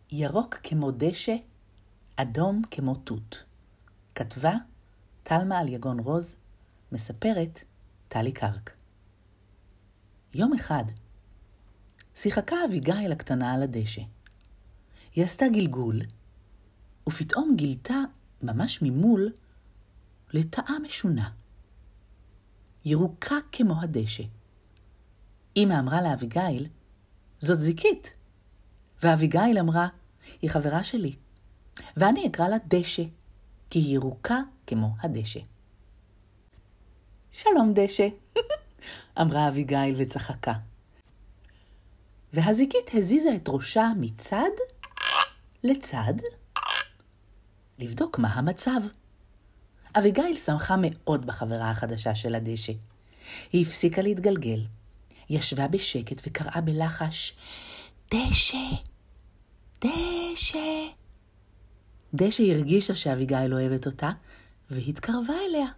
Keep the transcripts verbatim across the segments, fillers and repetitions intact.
ירוק כמו דשא, אדום כמו תות. כתבה תלמה על יגון רוז, מספרת טלי קרק. יום אחד שיחקה אביגיל הקטנה על הדשא. היא עשתה גלגול, ופתאום גילתה ממש ממול לטאה משונה. ירוקה כמו הדשא. אמא אמרה לאביגיל, זאת זיקית. ואביגיל אמרה, היא חברה שלי, ואני אקרא לה דשא, כי היא ירוקה כמו הדשא. שלום דשא, אמרה אביגיל וצחקה. והזיקית הזיזה את ראשה מצד לצד, לבדוק מה המצב. אביגיל שמחה מאוד בחברה החדשה של הדשא. היא הפסיקה להתגלגל, ישבה בשקט וקראה בלחש, דשא, דשא. דשא הרגישה שאביגיל אוהבת אותה, והתקרבה אליה.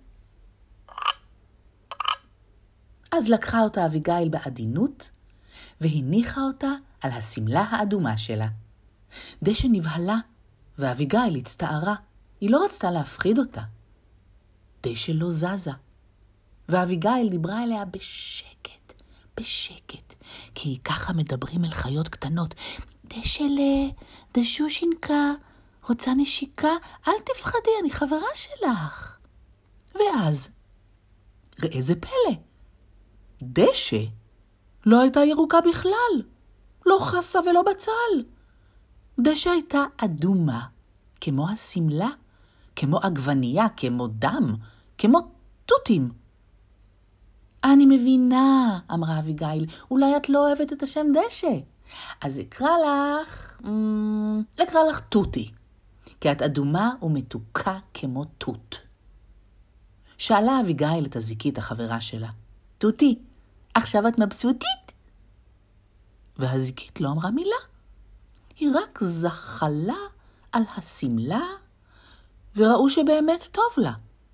אז לקחה אותה אביגיל בעדינות, והניחה אותה על הסמלה האדומה שלה. דשא נבהלה, ואביגיל הצטערה. היא לא רצתה להפחיד אותה. דשא לא זזה, ואביגיל דיברה אליה בשקט, בשקט, כי ככה מדברים אל חיות קטנות. דשאלה, דשושינקה, רוצה נשיקה? אל תפחדי, אני חברה שלך. ואז, ראה זה פלא, דשא לא הייתה ירוקה בכלל, לא חסה ולא בצל. דשא הייתה אדומה, כמו הסמלה, כמו עגבנייה, כמו דם, כמו תותים. אני מבינה, אמרה אביגיל, אולי את לא אוהבת את השם דשא. אז אקרא לך, אמ, אקרא לך תותי, כי את אדומה ומתוקה כמו תות. שאלה אביגיל את הזיקית החברה שלה, תותי, עכשיו את מבסוטית? והזיקית לא אמרה מילה. היא רק זחלה על הסמלה, וראו שבאמת טוב לה.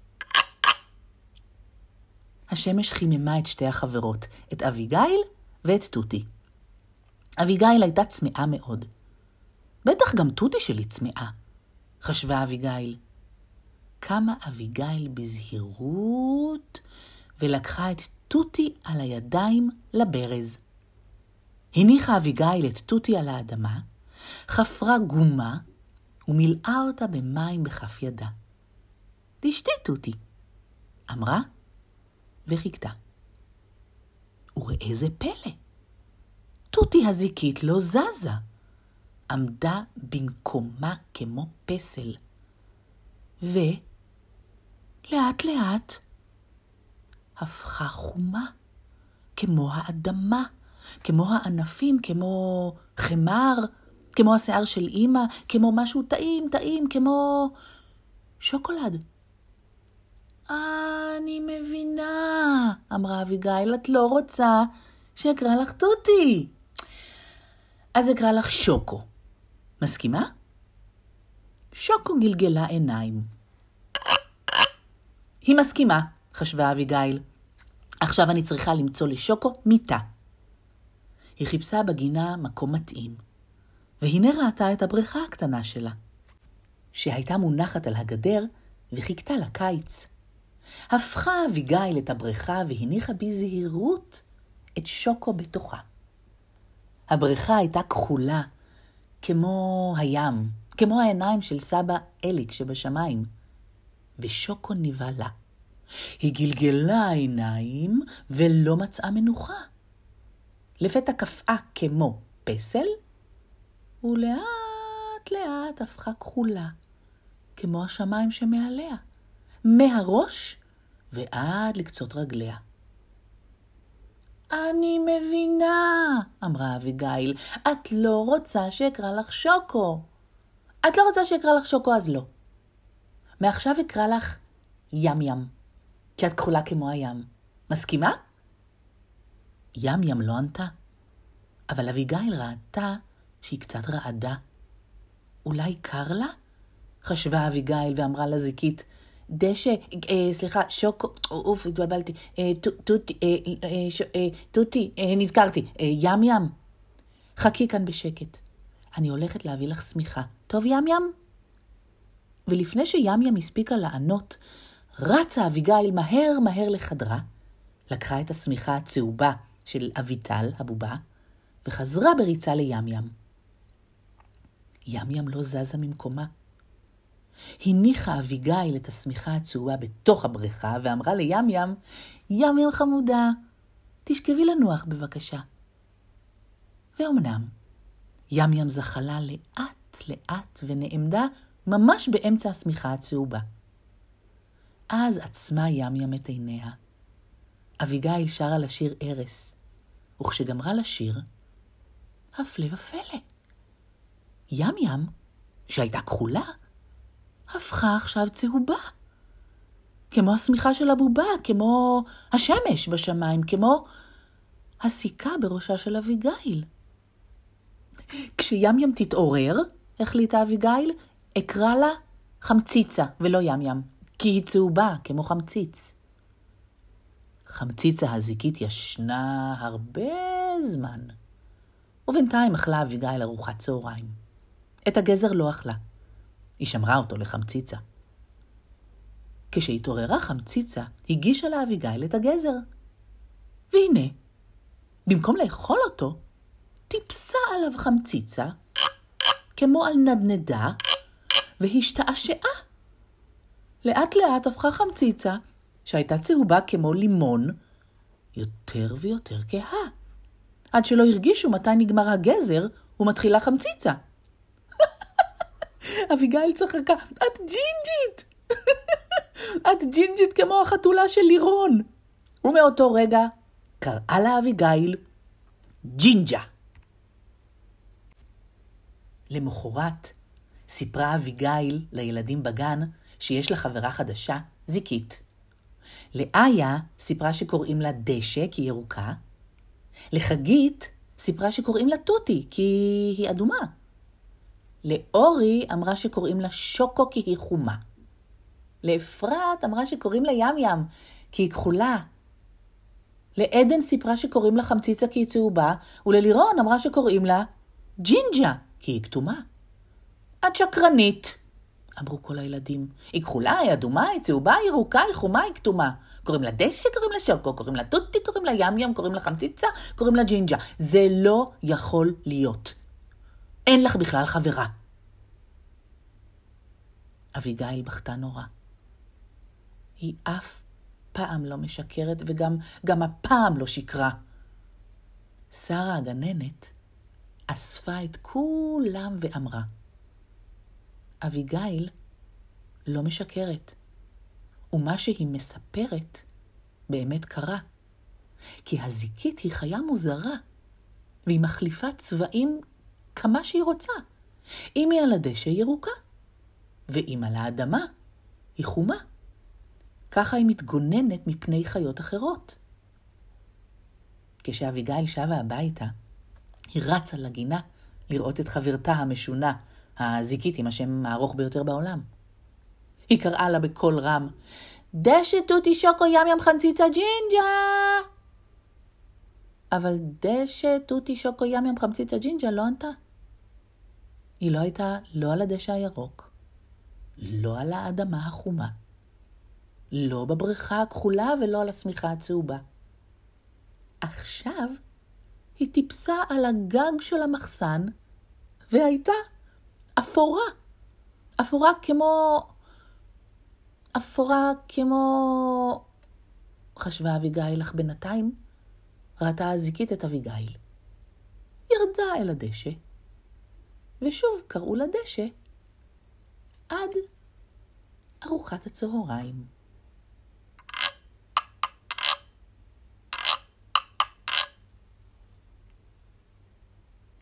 השמש חיממה את שתי החברות, את אביגיל ואת תותי. אביגיל הייתה צמאה מאוד. בטח גם תותי שלי צמאה, חשבה אביגיל. קמה אביגיל בזהירות, ולקחה את תותי על הידיים לברז. הניחה אביגיל את תותי על האדמה, חפרה גומה, ומילאה אותה במים בכף ידה. תשתי תותי, אמרה, וחיכתה. וראה זה פלא. תותי הזיקית לא זזה, עמדה במקומה כמו פסל. ולאט לאט הפכה חומה, כמו האדמה, כמו הענפים, כמו חמר, כמו השיער של אמא, כמו משהו טעים, טעים, כמו שוקולד. אני מבינה, אמרה אביגיל, את לא רוצה שאקרא לך תותי. אז אקרא לך שוקו. מסכימה? שוקו גלגלה עיניים. היא מסכימה, חשבה אביגיל. עכשיו אני צריכה למצוא לשוקו מיטה. היא חיפשה בגינה מקום מתאים, והנה ראתה את הבריכה הקטנה שלה, שהייתה מונחת על הגדר וחיכתה לקיץ. הפכה אביגיל את הבריכה והניחה בזהירות את שוקו בתוכה. הבריכה הייתה כחולה, כמו הים, כמו העיניים של סבא אליק שבשמיים, ושוקו נבהלה. היא גלגלה עיניים ולא מצאה מנוחה. לפתע קפאה כמו פסל, ולאט לאט הפכה כחולה, כמו השמיים שמעליה, מהראש ועד לקצות רגליה. אני מבינה, אמרה אביגיל, את לא רוצה שאקרא לך שוקו. את לא רוצה שאקרא לך שוקו, אז לא. מעכשיו אקרא לך ים ים, כי את כחולה כמו הים. מסכימה? ים ים לא ענתה, אבל אביגיל ראתה שהיא קצת רעדה. אולי קר לה? חשבה אביגיל ואמרה לזיקית, דשא, אה, סליחה, שוקו, אוף, התבלבלתי, אה, תותי, אה, אה, ש, אה, תותי, אה, נזכרתי, אה, ים ים. חכי כאן בשקט. אני הולכת להביא לך שמיכה. טוב, ים ים? ולפני שים ים הספיקה לענות, רצה אביגיל מהר מהר לחדרה, לקחה את השמיכה הצהובה של אביטל, הבובה, וחזרה בריצה לים ים. ים ים לא זזה ממקומה. הניחה אביגיל את השמיכה הצהובה בתוך הבריכה, ואמרה לים ים, ים ים חמודה, תשכבי לנוח בבקשה. ואומנם, ים ים זחלה לאט לאט ונעמדה ממש באמצע השמיכה הצהובה. אז עצמה ים ים את עיניה. אביגיל שרה לשיר ארס, וכשגמרה לשיר, הפלא ופלא. ים ים, שהייתה כחולה, הפכה עכשיו צהובה. כמו השמיכה של הבובה, כמו השמש בשמיים, כמו הסיכה בראשה של אביגיל. כשים ים תתעורר, החליטה אביגיל, אקרא לה חמציצה ולא ים ים, כי היא צהובה כמו חמציץ. חמציצה הזיקית ישנה הרבה זמן, ובינתיים אכלה אביגיל ארוחת צהריים. את הגזר לא אכלה, היא שמרה אותו לחמציצה. כשהתעוררה חמציצה, הגישה לה אביגיל את הגזר. והנה, במקום לאכול אותו, טיפסה עליו חמציצה, כמו על נדנדה, והשתעשעה. לאט לאט הפכה חמציצה, שהייתה צהובה כמו לימון, יותר ויותר כהה. עד שלא הרגישו מתי נגמר הגזר, ומתחילה חמציצה. אביגיל צחקה, את ג'ינג'ית! את ג'ינג'ית כמו החתולה של לירון. ומאותו רגע קראה לה אביגיל ג'ינג'ה. למחרת סיפרה אביגיל לילדים בגן שיש לה חברה חדשה, זיקית. לאיה סיפרה שקוראים לה דשא כי היא ירוקה. לחגית סיפרה שקוראים לה טוטי כי היא אדומה. לאורי אמרה שקוראים לה שוקו כי היא חומה. לאפרת אמרה שקוראים לה ים ים כי היא כחולה. לעדן סיפרה שקוראים לה חמציצה כי היא צהובה, וללירון אמרה שקוראים לה ג'ינג'ה כי היא כתומה. את שקרנית, אמרו כל הילדים. היא כחולה, היא אדומה, היא צהובה, היא ירוקה, היא חומה, היא כתומה. קוראים לה דשא, קוראים לה שוקו, קוראים לה טוטי, קוראים לה ים ים, קוראים לה חמציצה, קוראים לה ג'ינג'ה. זה לא יכול להיות. אין לך בכלל חברה. אביגיל בכתה נורא. היא אף פעם לא משקרת, וגם גם הפעם לא שקרה. שרה הגננת אספה את כולם ואמרה, אביגיל לא משקרת, ומה שהיא מספרת באמת קרה, כי הזיקית היא חיה מוזרה, והיא מחליפה צבעים כמה שהיא רוצה. אם היא על הדשא היא ירוקה, ואם על האדמה היא חומה. ככה היא מתגוננת מפני חיות אחרות. כשאביגיל שבה הביתה, היא רצה לגינה לראות את חברתה המשונה, הזיקית עם השם הארוך ביותר בעולם. היא קראה לה בקול רם, דשא טוטי שוקו ים ים חמציצה ג'ינג'ה. אבל דשא טוטי שוקו ים ים חמציצה ג'ינג'ה לא ענתה. היא לא הייתה לא על הדשא הירוק, לא על האדמה החומה, לא בבריכה הכחולה ולא על השמיכה הצהובה. עכשיו היא טיפסה על הגג של המחסן, והייתה אפורה. אפורה כמו... אפורה כמו... חשבה אביגיל, אך בינתיים ראתה הזיקית את אביגיל. ירדה אל הדשא, ושוב קראו לדשא עד ארוחת הצהריים.